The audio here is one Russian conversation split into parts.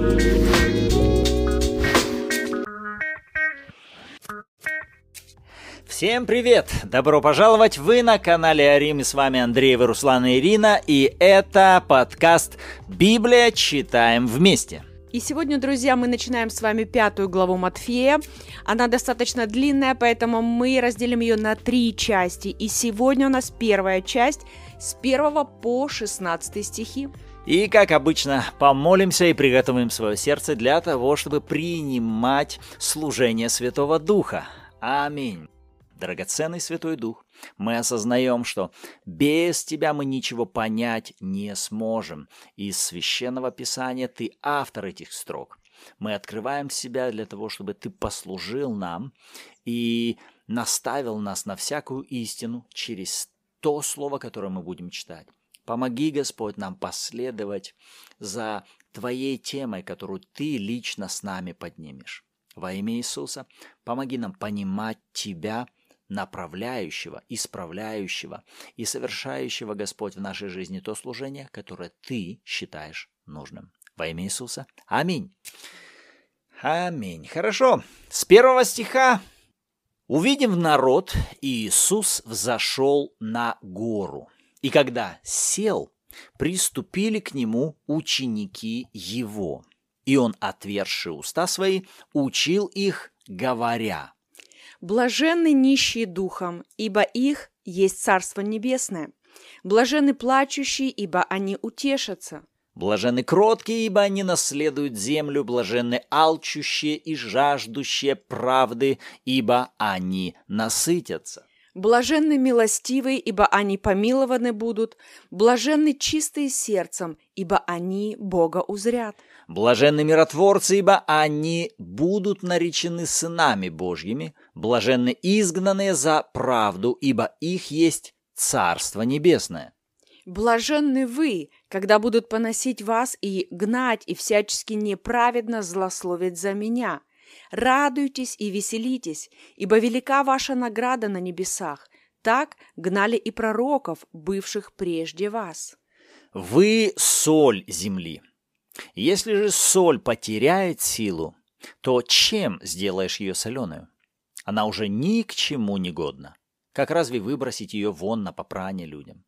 Всем привет! Добро пожаловать! Вы на канале Арим, и с вами Андрей, Руслан и Ирина, и это подкаст «Библия. Читаем вместе». И сегодня, друзья, мы начинаем с вами 5 главу Матфея. Она достаточно длинная, поэтому мы разделим ее на 3 части. И сегодня у нас первая часть с 1 по 16 стихи. И, как обычно, помолимся и приготовим свое сердце для того, чтобы принимать служение Святого Духа. Аминь. Драгоценный Святой Дух, мы осознаем, что без Тебя мы ничего понять не сможем. Из Священного Писания Ты автор этих строк. Мы открываем себя для того, чтобы Ты послужил нам и наставил нас на всякую истину через то слово, которое мы будем читать. Помоги, Господь, нам последовать за Твоей темой, которую Ты лично с нами поднимешь. Во имя Иисуса помоги нам понимать Тебя, направляющего, исправляющего и совершающего, Господь, в нашей жизни то служение, которое Ты считаешь нужным. Во имя Иисуса. Аминь. Аминь. Хорошо. С 1 стиха. «Увидев народ, Иисус взошел на гору, и когда сел, приступили к Нему ученики Его, и Он, отверзши уста Свои, учил их, говоря: «Блаженны нищие духом, ибо их есть Царство Небесное. Блаженны плачущие, ибо они утешатся. Блаженны кроткие, ибо они наследуют землю. Блаженны алчущие и жаждущие правды, ибо они насытятся. Блаженны милостивые, ибо они помилованы будут. Блаженны чистые сердцем, ибо они Бога узрят. Блаженны миротворцы, ибо они будут наречены сынами Божьими. Блаженны изгнанные за правду, ибо их есть Царство Небесное. Блаженны вы, когда будут поносить вас и гнать, и всячески неправедно злословить за меня. Радуйтесь и веселитесь, ибо велика ваша награда на небесах. Так гнали и пророков, бывших прежде вас». Вы соль земли. Если же соль потеряет силу, то чем сделаешь ее соленую? Она уже ни к чему не годна. Как разве выбросить ее вон на попрание людям?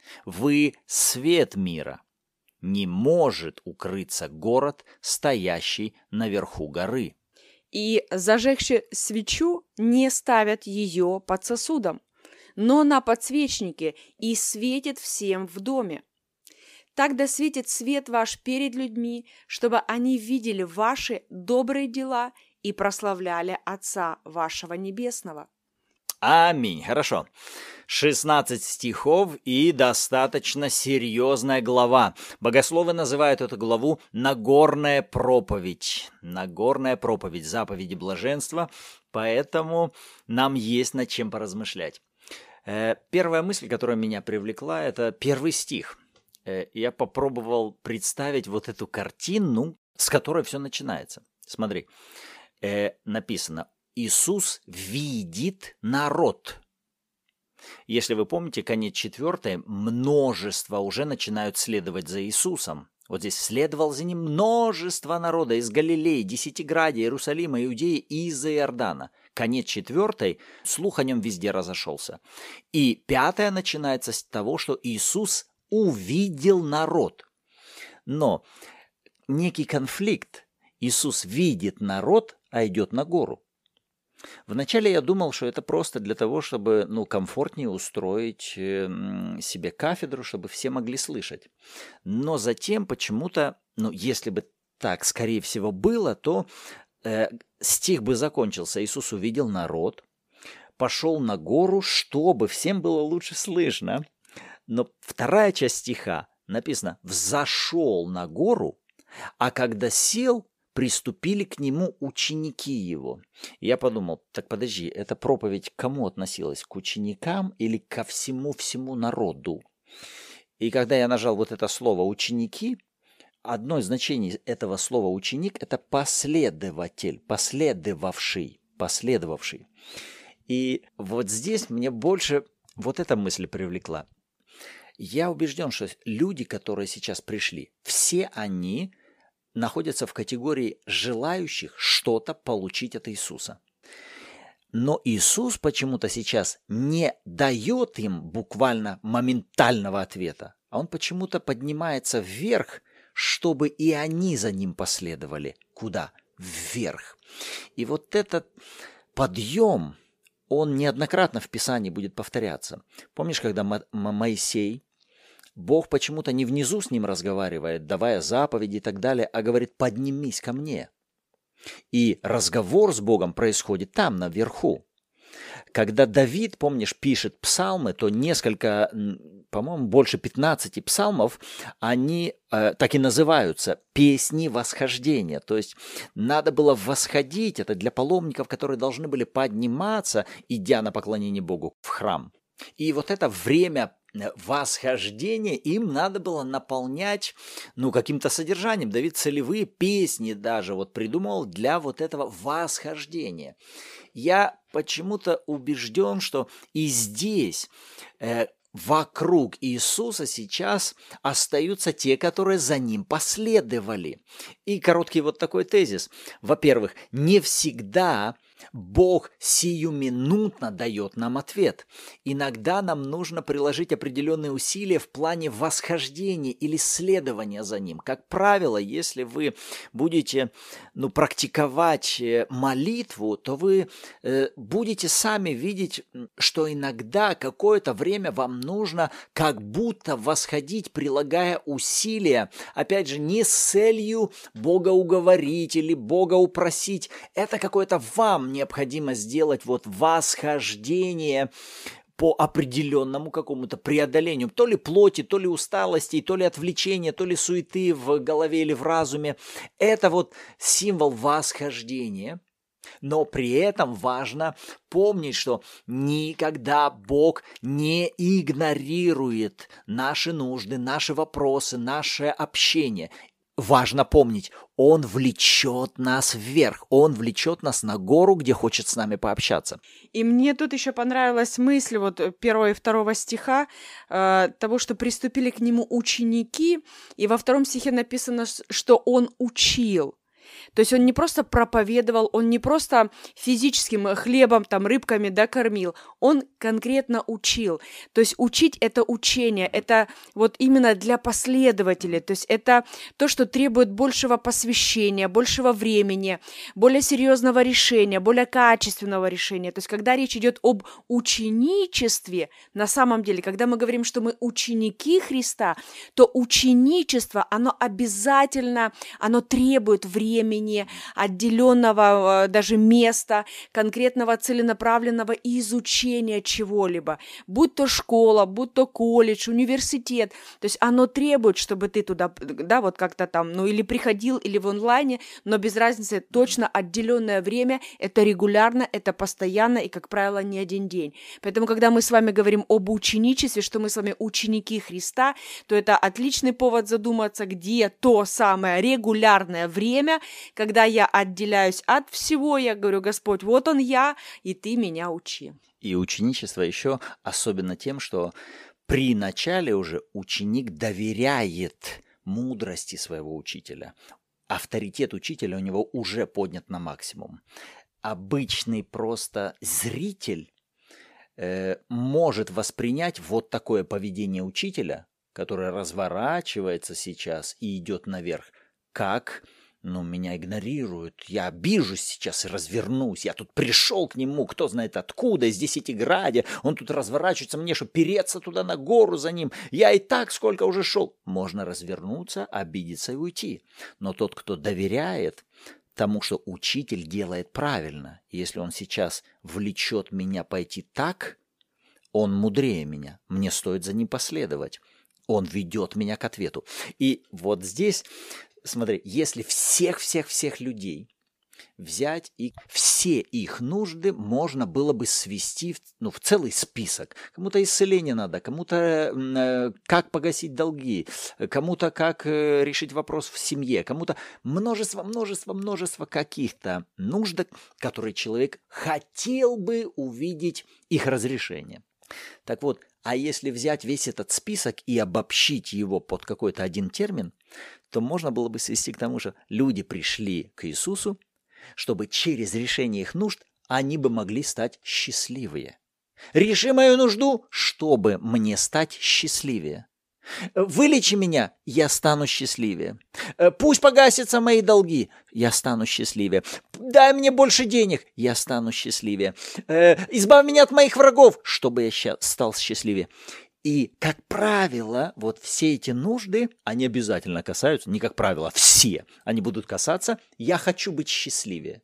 Вы свет мира. Не может укрыться город, стоящий наверху горы. И, зажегши свечу, не ставят ее под сосудом, но на подсвечнике, и светит всем в доме. Так да светит свет ваш перед людьми, чтобы они видели ваши добрые дела и прославляли Отца вашего Небесного». Аминь. Хорошо. 16 стихов и достаточно серьезная глава. Богословы называют эту главу «Нагорная проповедь». Нагорная проповедь, заповеди блаженства, поэтому нам есть над чем поразмышлять. Первая мысль, которая меня привлекла, это первый стих. Я попробовал представить вот эту картину, с которой все начинается. Смотри, написано: «Иисус видит народ». Если вы помните, конец 4, множество уже начинают следовать за Иисусом. Вот здесь следовал за ним множество народа из Галилеи, Десятиградия, Иерусалима, Иудеи и из-за Иордана. Конец 4, слух о нем везде разошелся. И 5 начинается с того, что Иисус увидел народ. Но некий конфликт. Иисус видит народ, а идет на гору. Вначале я думал, что это просто для того, чтобы комфортнее устроить себе кафедру, чтобы все могли слышать. Но затем почему-то, если бы так, скорее всего, было, то стих бы закончился. Иисус увидел народ, пошел на гору, чтобы всем было лучше слышно. Но вторая часть стиха написано: «Взошел на гору, а когда сел, приступили к нему ученики его». Я подумал, так подожди, эта проповедь к кому относилась? К ученикам или ко всему народу? И когда я нажал вот это слово «ученики», одно из значений этого слова «ученик» — это последователь, последовавший. И вот здесь мне больше вот эта мысль привлекла. Я убежден, что люди, которые сейчас пришли, все они находятся в категории желающих что-то получить от Иисуса. Но Иисус почему-то сейчас не дает им буквально моментального ответа, а Он почему-то поднимается вверх, чтобы и они за Ним последовали. Куда? Вверх. И вот этот подъем, он неоднократно в Писании будет повторяться. Помнишь, когда Моисей, Бог почему-то не внизу с ним разговаривает, давая заповеди и так далее, а говорит: поднимись ко мне. И разговор с Богом происходит там, наверху. Когда Давид, помнишь, пишет псалмы, то несколько, по-моему, больше 15 псалмов, они так и называются «песни восхождения». То есть надо было восходить, это для паломников, которые должны были подниматься, идя на поклонение Богу в храм. И вот это время восхождения им надо было наполнять, каким-то содержанием. Давид целевые песни даже придумал для вот этого восхождения. Я почему-то убежден, что и здесь вокруг Иисуса сейчас остаются те, которые за Ним последовали. И короткий такой тезис. Во-первых, не всегда Бог сиюминутно дает нам ответ. Иногда нам нужно приложить определенные усилия в плане восхождения или следования за Ним. Как правило, если вы будете практиковать молитву, то вы будете сами видеть, что иногда какое-то время вам нужно как будто восходить, прилагая усилия, опять же, не с целью Бога уговорить или Бога упросить. Это какое-то вам необходимо сделать восхождение по определенному какому-то преодолению, то ли плоти, то ли усталости, то ли отвлечения, то ли суеты в голове или в разуме. Это символ восхождения. Но при этом важно помнить, что никогда Бог не игнорирует наши нужды, наши вопросы, наше общение. Важно помнить, Он влечет нас вверх, Он влечет нас на гору, где хочет с нами пообщаться. И мне тут еще понравилась мысль 1 и 2 стиха, того, что приступили к Нему ученики, и во 2 стихе написано, что Он учил. То есть Он не просто проповедовал, Он не просто физическим хлебом, рыбками кормил, Он конкретно учил. То есть учить – это учение, это именно для последователей. То есть это то, что требует большего посвящения, большего времени, более серьезного решения, более качественного решения. То есть когда речь идет об ученичестве, на самом деле, когда мы говорим, что мы ученики Христа, то ученичество, оно обязательно, оно требует времени, отделенного даже места, конкретного целенаправленного изучения чего-либо, будь то школа, будь то колледж, университет. То есть оно требует, чтобы ты туда, как-то или приходил, или в онлайне, но без разницы, точно отделенное время, это регулярно, это постоянно и, как правило, не один день. Поэтому, когда мы с вами говорим об ученичестве, что мы с вами ученики Христа, то это отличный повод задуматься, где то самое регулярное время, когда я отделяюсь от всего, я говорю: Господь, вот Он я, и Ты меня учи. И ученичество еще особенно тем, что при начале уже ученик доверяет мудрости своего учителя. Авторитет учителя у него уже поднят на максимум. Обычный просто зритель может воспринять такое поведение учителя, которое разворачивается сейчас и идет наверх, как меня игнорируют, я обижусь сейчас и развернусь, я тут пришел к нему, кто знает откуда, из 10-градя, он тут разворачивается, мне что, переться туда на гору за ним, я и так сколько уже шел. Можно развернуться, обидеться и уйти. Но тот, кто доверяет тому, что учитель делает правильно, если он сейчас влечет меня пойти так, он мудрее меня, мне стоит за ним последовать, он ведет меня к ответу. И здесь... Смотри, если всех людей взять и все их нужды можно было бы свести в целый список. Кому-то исцеление надо, кому-то как погасить долги, кому-то как решить вопрос в семье, кому-то множество каких-то нужд, которые человек хотел бы увидеть их разрешение. Так вот, а если взять весь этот список и обобщить его под какой-то один термин, то можно было бы свести к тому, что люди пришли к Иисусу, чтобы через решение их нужд они бы могли стать счастливее. Реши мою нужду, чтобы мне стать счастливее. Вылечи меня, я стану счастливее. Пусть погасятся мои долги, я стану счастливее. Дай мне больше денег, я стану счастливее. Избавь меня от моих врагов, чтобы я стал счастливее. И, как правило, вот все эти нужды, они обязательно касаются, не как правило, все, они будут касаться «я хочу быть счастливее».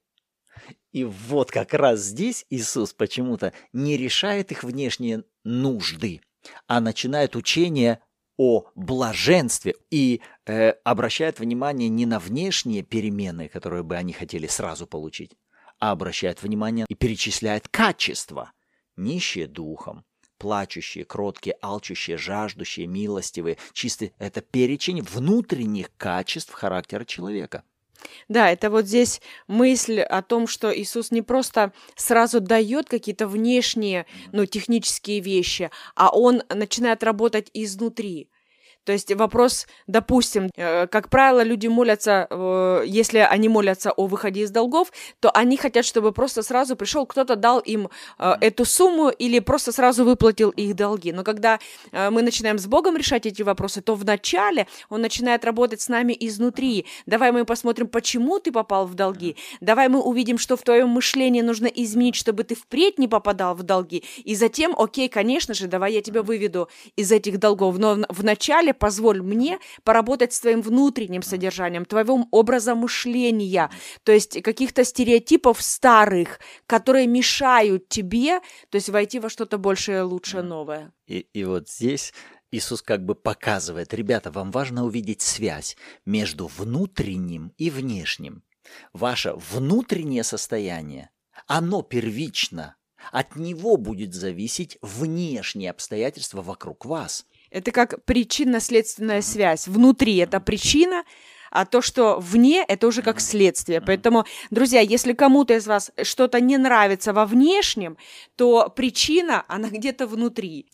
И вот как раз здесь Иисус почему-то не решает их внешние нужды, а начинает учение о блаженстве и обращает внимание не на внешние перемены, которые бы они хотели сразу получить, а обращает внимание и перечисляет качества: нищие духом, плачущие, кроткие, алчущие, жаждущие, милостивые, чистые. Это перечень внутренних качеств характера человека. Да, это вот здесь мысль о том, что Иисус не просто сразу дает какие-то внешние, технические вещи, а Он начинает работать изнутри. То есть вопрос, допустим, как правило, люди молятся, если они молятся о выходе из долгов, то они хотят, чтобы просто сразу пришел, кто-то дал им эту сумму или просто сразу выплатил их долги. Но когда мы начинаем с Богом решать эти вопросы, то вначале Он начинает работать с нами изнутри. Давай мы посмотрим, почему ты попал в долги. Давай мы увидим, что в твоем мышлении нужно изменить, чтобы ты впредь не попадал в долги. И затем, окей, конечно же, давай я тебя выведу из этих долгов. Но вначале позволь мне поработать с твоим внутренним содержанием, твоего образа мышления, то есть каких-то стереотипов старых, которые мешают тебе, то есть войти во что-то большее, лучшее, новое. И вот здесь Иисус как бы показывает: ребята, вам важно увидеть связь между внутренним и внешним. Ваше внутреннее состояние, оно первично. От него будет зависеть внешние обстоятельства вокруг вас. Это как причинно-следственная связь. Внутри это причина, а то, что вне, это уже как следствие. Поэтому, друзья, если кому-то из вас что-то не нравится во внешнем, то причина, она где-то внутри.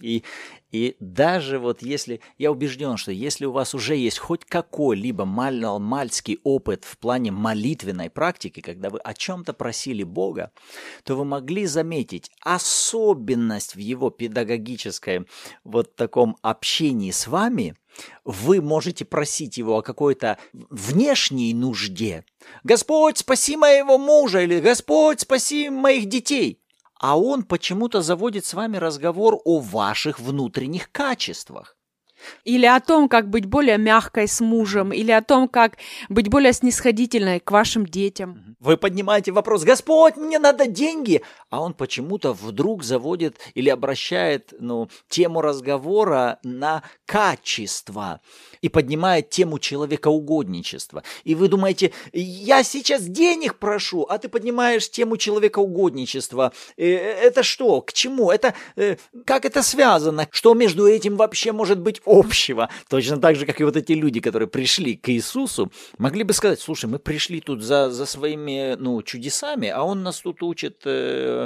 И даже вот если, я убежден, что если у вас уже есть хоть какой-либо мальский опыт в плане молитвенной практики, когда вы о чем-то просили Бога, то вы могли заметить особенность в Его педагогическом вот таком общении с вами. Вы можете просить Его о какой-то внешней нужде. «Господь, спаси моего мужа!» или «Господь, спаси моих детей!» А Он почему-то заводит с вами разговор о ваших внутренних качествах. Или о том, как быть более мягкой с мужем, или о том, как быть более снисходительной к вашим детям. Вы поднимаете вопрос: «Господь, мне надо деньги!» А Он почему-то вдруг заводит или обращает тему разговора на качество и поднимает тему человекоугодничества. И вы думаете: я сейчас денег прошу, а ты поднимаешь тему человекоугодничества. Это что? К чему? Как это связано? Что между этим вообще может быть общего? Точно так же, как и вот эти люди, которые пришли к Иисусу, могли бы сказать: слушай, мы пришли тут за своими чудесами, а Он нас тут учит, что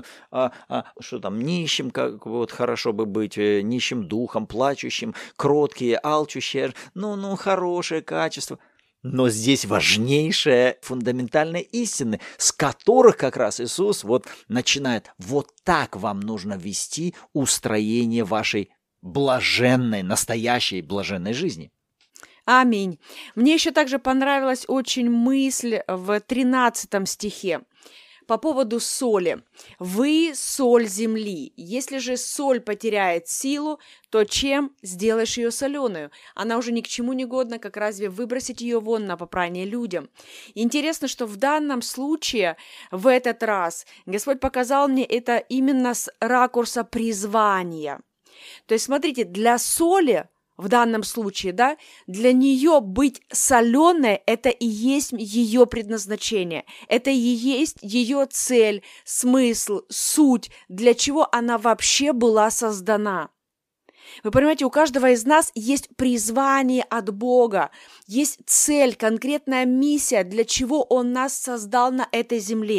там, нищим, как вот хорошо бы быть, нищим духом, плачущим, кроткие, алчущие, хорошее качество. Но здесь важнейшие фундаментальные истины, с которых как раз Иисус начинает: вот так вам нужно вести устроение вашей блаженной, настоящей блаженной жизни. Аминь. Мне еще также понравилась очень мысль в 13 стихе по поводу соли. «Вы соль земли. Если же соль потеряет силу, то чем сделаешь ее соленую? Она уже ни к чему не годна, как разве выбросить ее вон на попрание людям?» Интересно, что в данном случае, в этот раз, Господь показал мне это именно с ракурса призвания. То есть, смотрите, для соли в данном случае, для нее быть соленой, это и есть ее предназначение, это и есть ее цель, смысл, суть, для чего она вообще была создана. Вы понимаете, у каждого из нас есть призвание от Бога, есть цель, конкретная миссия, для чего Он нас создал на этой земле.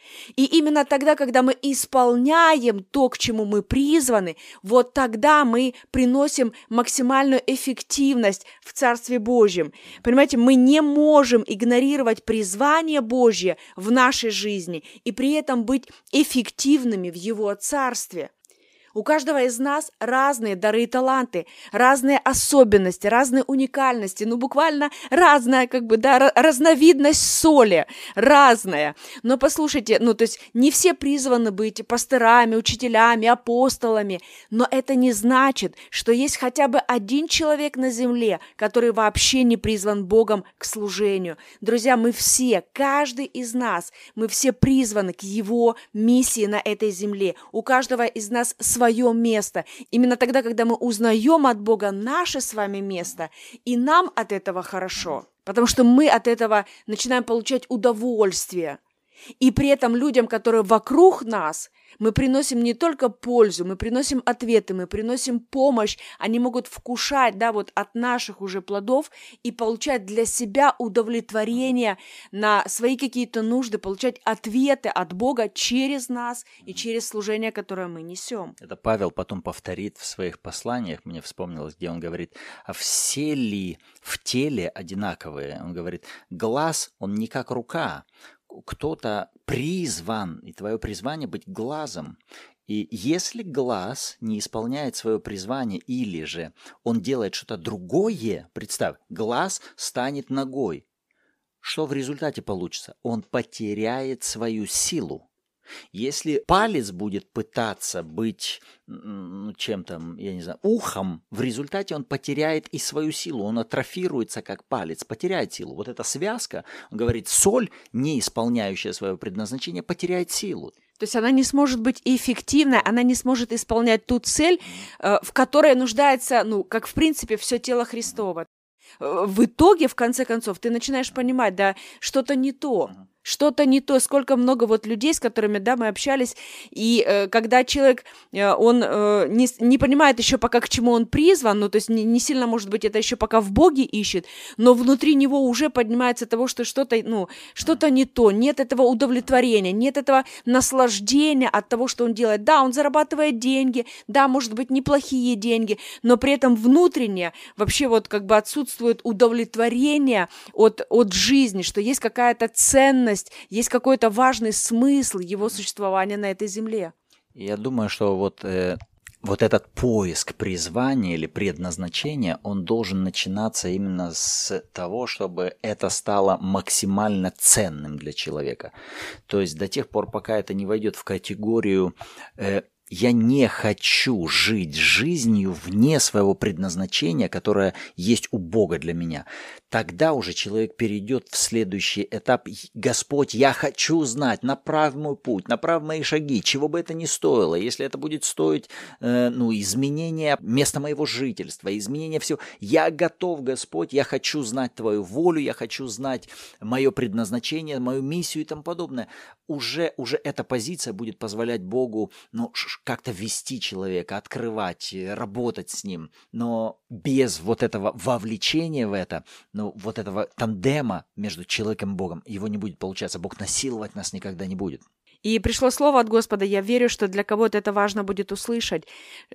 И именно тогда, когда мы исполняем то, к чему мы призваны, вот тогда мы приносим максимальную эффективность в Царстве Божьем. Понимаете, мы не можем игнорировать призвание Божье в нашей жизни и при этом быть эффективными в Его Царстве. У каждого из нас разные дары и таланты, разные особенности, разные уникальности, буквально разная, разновидность соли, разная. Но послушайте, то есть не все призваны быть пастырами, учителями, апостолами, но это не значит, что есть хотя бы один человек на земле, который вообще не призван Богом к служению. Друзья, мы все, каждый из нас, мы все призваны к Его миссии на этой земле. У каждого из нас свое место. Именно тогда, когда мы узнаем от Бога наше с вами место, и нам от этого хорошо, потому что мы от этого начинаем получать удовольствие. И при этом людям, которые вокруг нас, мы приносим не только пользу, мы приносим ответы, мы приносим помощь. Они могут вкушать, от наших уже плодов и получать для себя удовлетворение на свои какие-то нужды, получать ответы от Бога через нас и через служение, которое мы несем. Это Павел потом повторит в своих посланиях, мне вспомнилось, где он говорит, а все ли в теле одинаковые? Он говорит, глаз, он не как рука, кто-то призван, и твое призвание быть глазом. И если глаз не исполняет свое призвание, или же он делает что-то другое, представь, глаз станет ногой. Что в результате получится? Он потеряет свою силу. Если палец будет пытаться быть чем-то, я не знаю, ухом, в результате он потеряет и свою силу, он атрофируется как палец, потеряет силу. Вот эта связка, он говорит, соль, не исполняющая свое предназначение, потеряет силу. То есть она не сможет быть эффективной, она не сможет исполнять ту цель, в которой нуждается, как в принципе все тело Христово. В итоге, в конце концов, ты начинаешь понимать, что-то не то. Что-то не то, сколько много людей, с которыми, мы общались, и когда человек, он не понимает еще пока, к чему он призван, то есть не сильно, может быть, это еще пока в Боге ищет, но внутри него уже поднимается того, что что-то не то, нет этого удовлетворения, нет этого наслаждения от того, что он делает. Да, он зарабатывает деньги, да, может быть, неплохие деньги, но при этом внутренне вообще отсутствует удовлетворение от жизни, что есть какая-то ценность, есть какой-то важный смысл его существования на этой земле. Я думаю, что вот этот поиск призвания или предназначения, он должен начинаться именно с того, чтобы это стало максимально ценным для человека. То есть до тех пор, пока это не войдет в категорию «я не хочу жить жизнью вне своего предназначения, которое есть у Бога для меня», тогда уже человек перейдет в следующий этап. Господь, я хочу знать, направь мой путь, направь мои шаги, чего бы это ни стоило. Если это будет стоить изменения места моего жительства, изменения всего, я готов, Господь, я хочу знать Твою волю, я хочу знать мое предназначение, мою миссию и тому подобное. Уже эта позиция будет позволять Богу как-то вести человека, открывать, работать с ним. Но без вот этого вовлечения в это, вот этого тандема между человеком и Богом, его не будет получаться. Бог насиловать нас никогда не будет. И пришло слово от Господа, я верю, что для кого-то это важно будет услышать.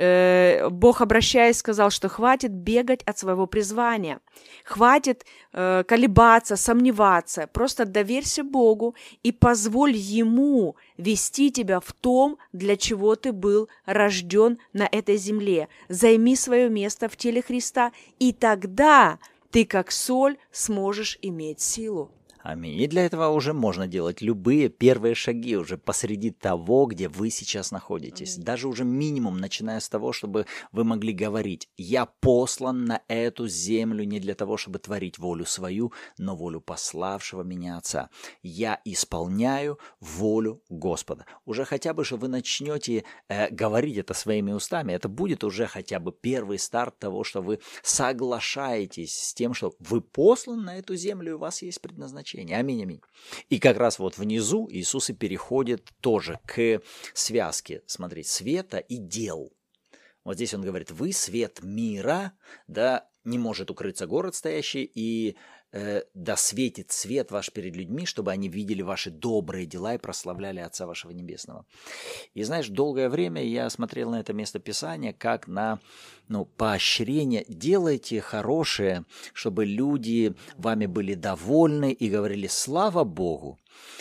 Бог, обращаясь, сказал, что хватит бегать от своего призвания, хватит колебаться, сомневаться, просто доверься Богу и позволь Ему вести тебя в том, для чего ты был рожден на этой земле. Займи свое место в теле Христа, и тогда ты, как соль, сможешь иметь силу. Аминь. И для этого уже можно делать любые первые шаги уже посреди того, где вы сейчас находитесь. Аминь. Даже уже минимум, начиная с того, чтобы вы могли говорить: «Я послан на эту землю не для того, чтобы творить волю свою, но волю пославшего меня Отца. Я исполняю волю Господа». Уже хотя бы, что вы начнете говорить это своими устами, это будет уже хотя бы первый старт того, что вы соглашаетесь с тем, что вы послан на эту землю, и у вас есть предназначение. Аминь, аминь. И как раз вот внизу Иисус и переходит тоже к связке, смотрите, света и дел. Вот здесь он говорит: вы свет мира, да, не может укрыться город стоящий, и да светит свет ваш перед людьми, чтобы они видели ваши добрые дела и прославляли Отца вашего Небесного. И знаешь, долгое время я смотрел на это место Писания как на поощрение. Делайте хорошее, чтобы люди вами были довольны и говорили «Слава Богу».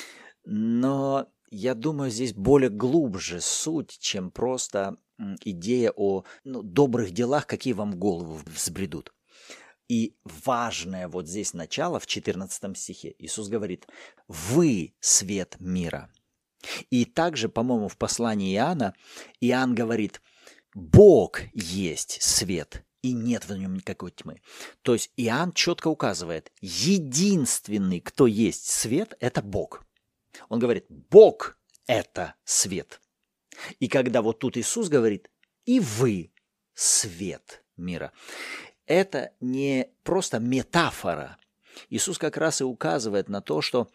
Но я думаю, здесь более глубже суть, чем просто идея о добрых делах, какие вам в голову взбредут. И важное вот здесь начало в 14 стихе. Иисус говорит: «Вы свет мира». И также, по-моему, в послании Иоанна, Иоанн говорит: «Бог есть свет, и нет в нем никакой тьмы». То есть Иоанн четко указывает, единственный, кто есть свет, это Бог. Он говорит: Бог – это свет. И когда вот тут Иисус говорит: «И вы свет мира», это не просто метафора. Иисус как раз и указывает на то, что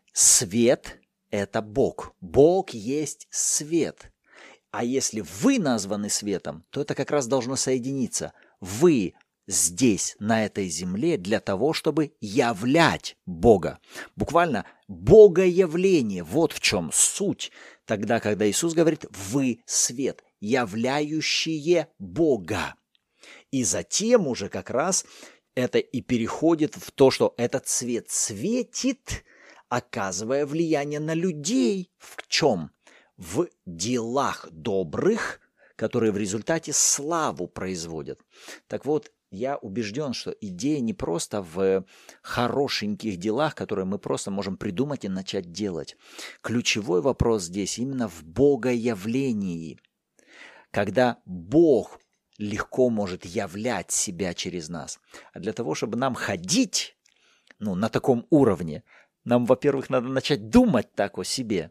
свет – это Бог. Бог есть свет. А если вы названы светом, то это как раз должно соединиться. Вы здесь, на этой земле, для того, чтобы являть Бога. Буквально богоявление. Вот в чем суть. Тогда, когда Иисус говорит: «Вы свет, являющие Бога». И затем уже как раз это и переходит в то, что этот свет светит, оказывая влияние на людей. В чем? В делах добрых, которые в результате славу производят. Так вот, я убежден, что идея не просто в хорошеньких делах, которые мы просто можем придумать и начать делать. Ключевой вопрос здесь именно в богоявлении. Когда Бог легко может являть себя через нас. А для того, чтобы нам ходить на таком уровне, нам, во-первых, надо начать думать так о себе.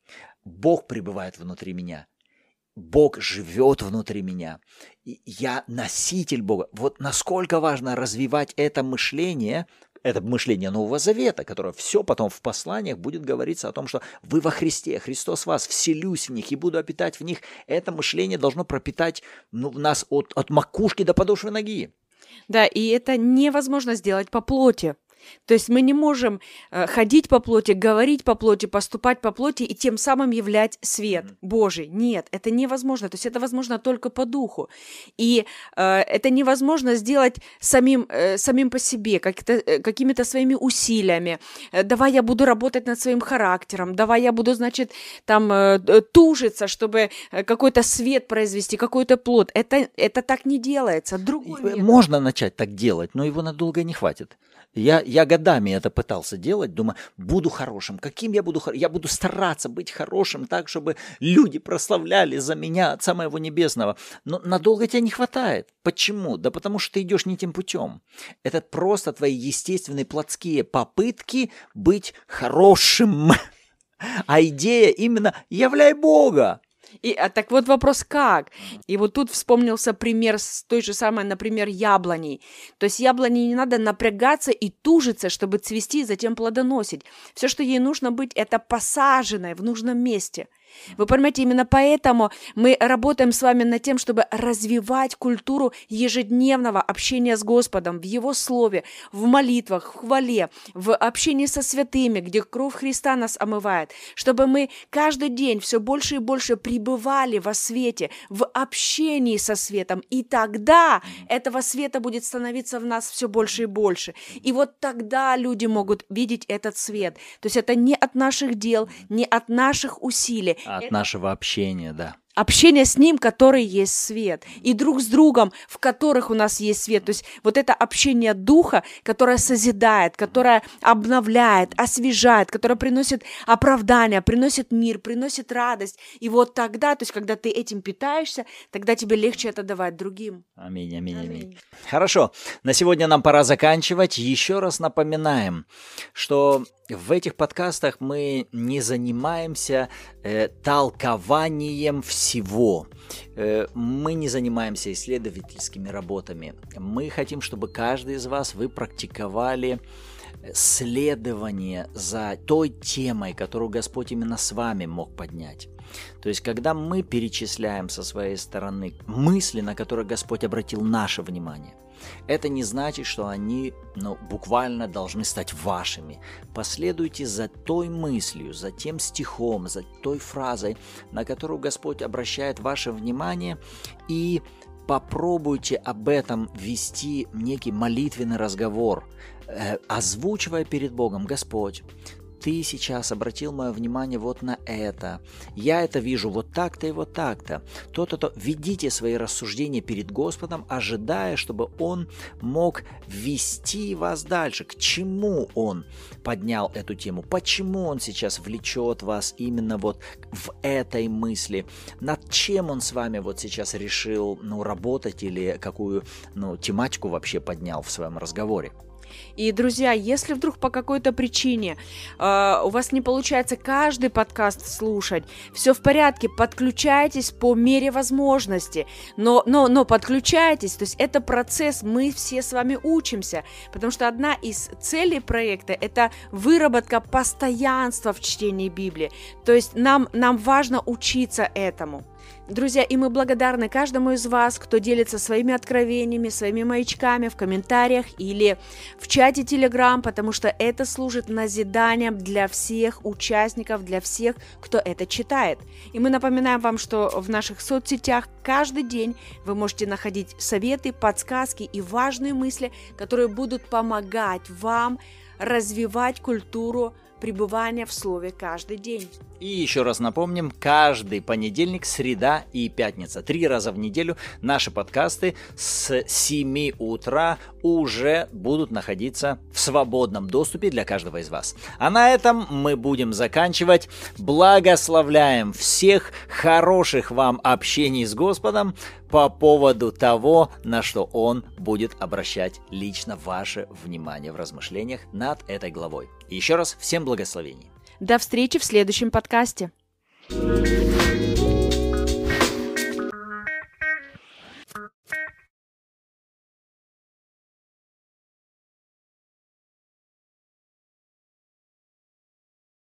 Бог пребывает внутри меня. Бог живет внутри меня. И я носитель Бога. Вот насколько важно развивать это мышление Нового Завета, которое все потом в посланиях будет говориться о том, что вы во Христе, Христос в вас, вселюсь в них и буду обитать в них. Это мышление должно пропитать нас от макушки до подошвы ноги. Да, и это невозможно сделать по плоти. То есть мы не можем ходить по плоти, говорить по плоти, поступать по плоти и тем самым являть свет Божий. Нет, это невозможно. То есть это возможно только по духу. И это невозможно сделать самим по себе, какими-то своими усилиями. Давай я буду работать над своим характером, давай я буду, тужиться, чтобы какой-то свет произвести, какой-то плод. Это так не делается. Можно начать так делать, но его надолго не хватит. Я годами это пытался делать, думаю, буду хорошим. Каким я буду хорошим? Я буду стараться быть хорошим так, чтобы люди прославляли за меня Отца моего Небесного. Но надолго тебя не хватает. Почему? Да потому что ты идешь не тем путем. Это просто твои естественные плотские попытки быть хорошим. А идея именно «являй Бога». Так вот вопрос как? И вот тут вспомнился пример с той же самой, например, яблоней. То есть яблоне не надо напрягаться и тужиться, чтобы цвести и затем плодоносить. Все, что ей нужно быть, это посаженное в нужном месте. Вы понимаете, именно поэтому мы работаем с вами над тем, чтобы развивать культуру ежедневного общения с Господом в Его Слове, в молитвах, в хвале, в общении со святыми, где кровь Христа нас омывает, чтобы мы каждый день все больше и больше пребывали во свете, в общении со светом, и тогда этого света будет становиться в нас все больше и больше. И вот тогда люди могут видеть этот свет. То есть это не от наших дел, не от наших усилий, от нашего общения, да. Общение с Ним, который есть свет, и друг с другом, в которых у нас есть свет. То есть вот это общение Духа, которое созидает, которое обновляет, освежает, которое приносит оправдание, приносит мир, приносит радость. И вот тогда, то есть когда ты этим питаешься, тогда тебе легче это давать другим. Аминь, аминь, аминь. Хорошо, на сегодня нам пора заканчивать. Еще раз напоминаем, что в этих подкастах мы не занимаемся толкованием всего. Мы не занимаемся исследовательскими работами. Мы хотим, чтобы каждый из вас, вы практиковали следование за той темой, которую Господь именно с вами мог поднять. То есть, когда мы перечисляем со своей стороны мысли, на которые Господь обратил наше внимание, это не значит, что они буквально должны стать вашими. Последуйте за той мыслью, за тем стихом, за той фразой, на которую Господь обращает ваше внимание, и попробуйте об этом вести некий молитвенный разговор, озвучивая перед Богом: Господь, Ты сейчас обратил мое внимание вот на это. Я это вижу вот так-то и вот так-то. То-то-то. Ведите свои рассуждения перед Господом, ожидая, чтобы Он мог вести вас дальше. К чему Он поднял эту тему? Почему Он сейчас влечет вас именно вот в этой мысли? Над чем Он с вами вот сейчас решил работать или какую тематику вообще поднял в своем разговоре? И, друзья, если вдруг по какой-то причине у вас не получается каждый подкаст слушать, все в порядке, подключайтесь по мере возможности, но подключайтесь, то есть это процесс, мы все с вами учимся, потому что одна из целей проекта – это выработка постоянства в чтении Библии, то есть нам важно учиться этому. Друзья, и мы благодарны каждому из вас, кто делится своими откровениями, своими маячками в комментариях или в чате Telegram, потому что это служит назиданием для всех участников, для всех, кто это читает. И мы напоминаем вам, что в наших соцсетях каждый день вы можете находить советы, подсказки и важные мысли, которые будут помогать вам развивать культуру пребывания в Слове каждый день. И еще раз напомним, каждый понедельник, среда и пятница, 3 раза в неделю наши подкасты с 7 утра уже будут находиться в свободном доступе для каждого из вас. А на этом мы будем заканчивать. Благословляем всех, хороших вам общений с Господом по поводу того, на что Он будет обращать лично ваше внимание в размышлениях над этой главой. И еще раз всем благословений. До встречи в следующем подкасте.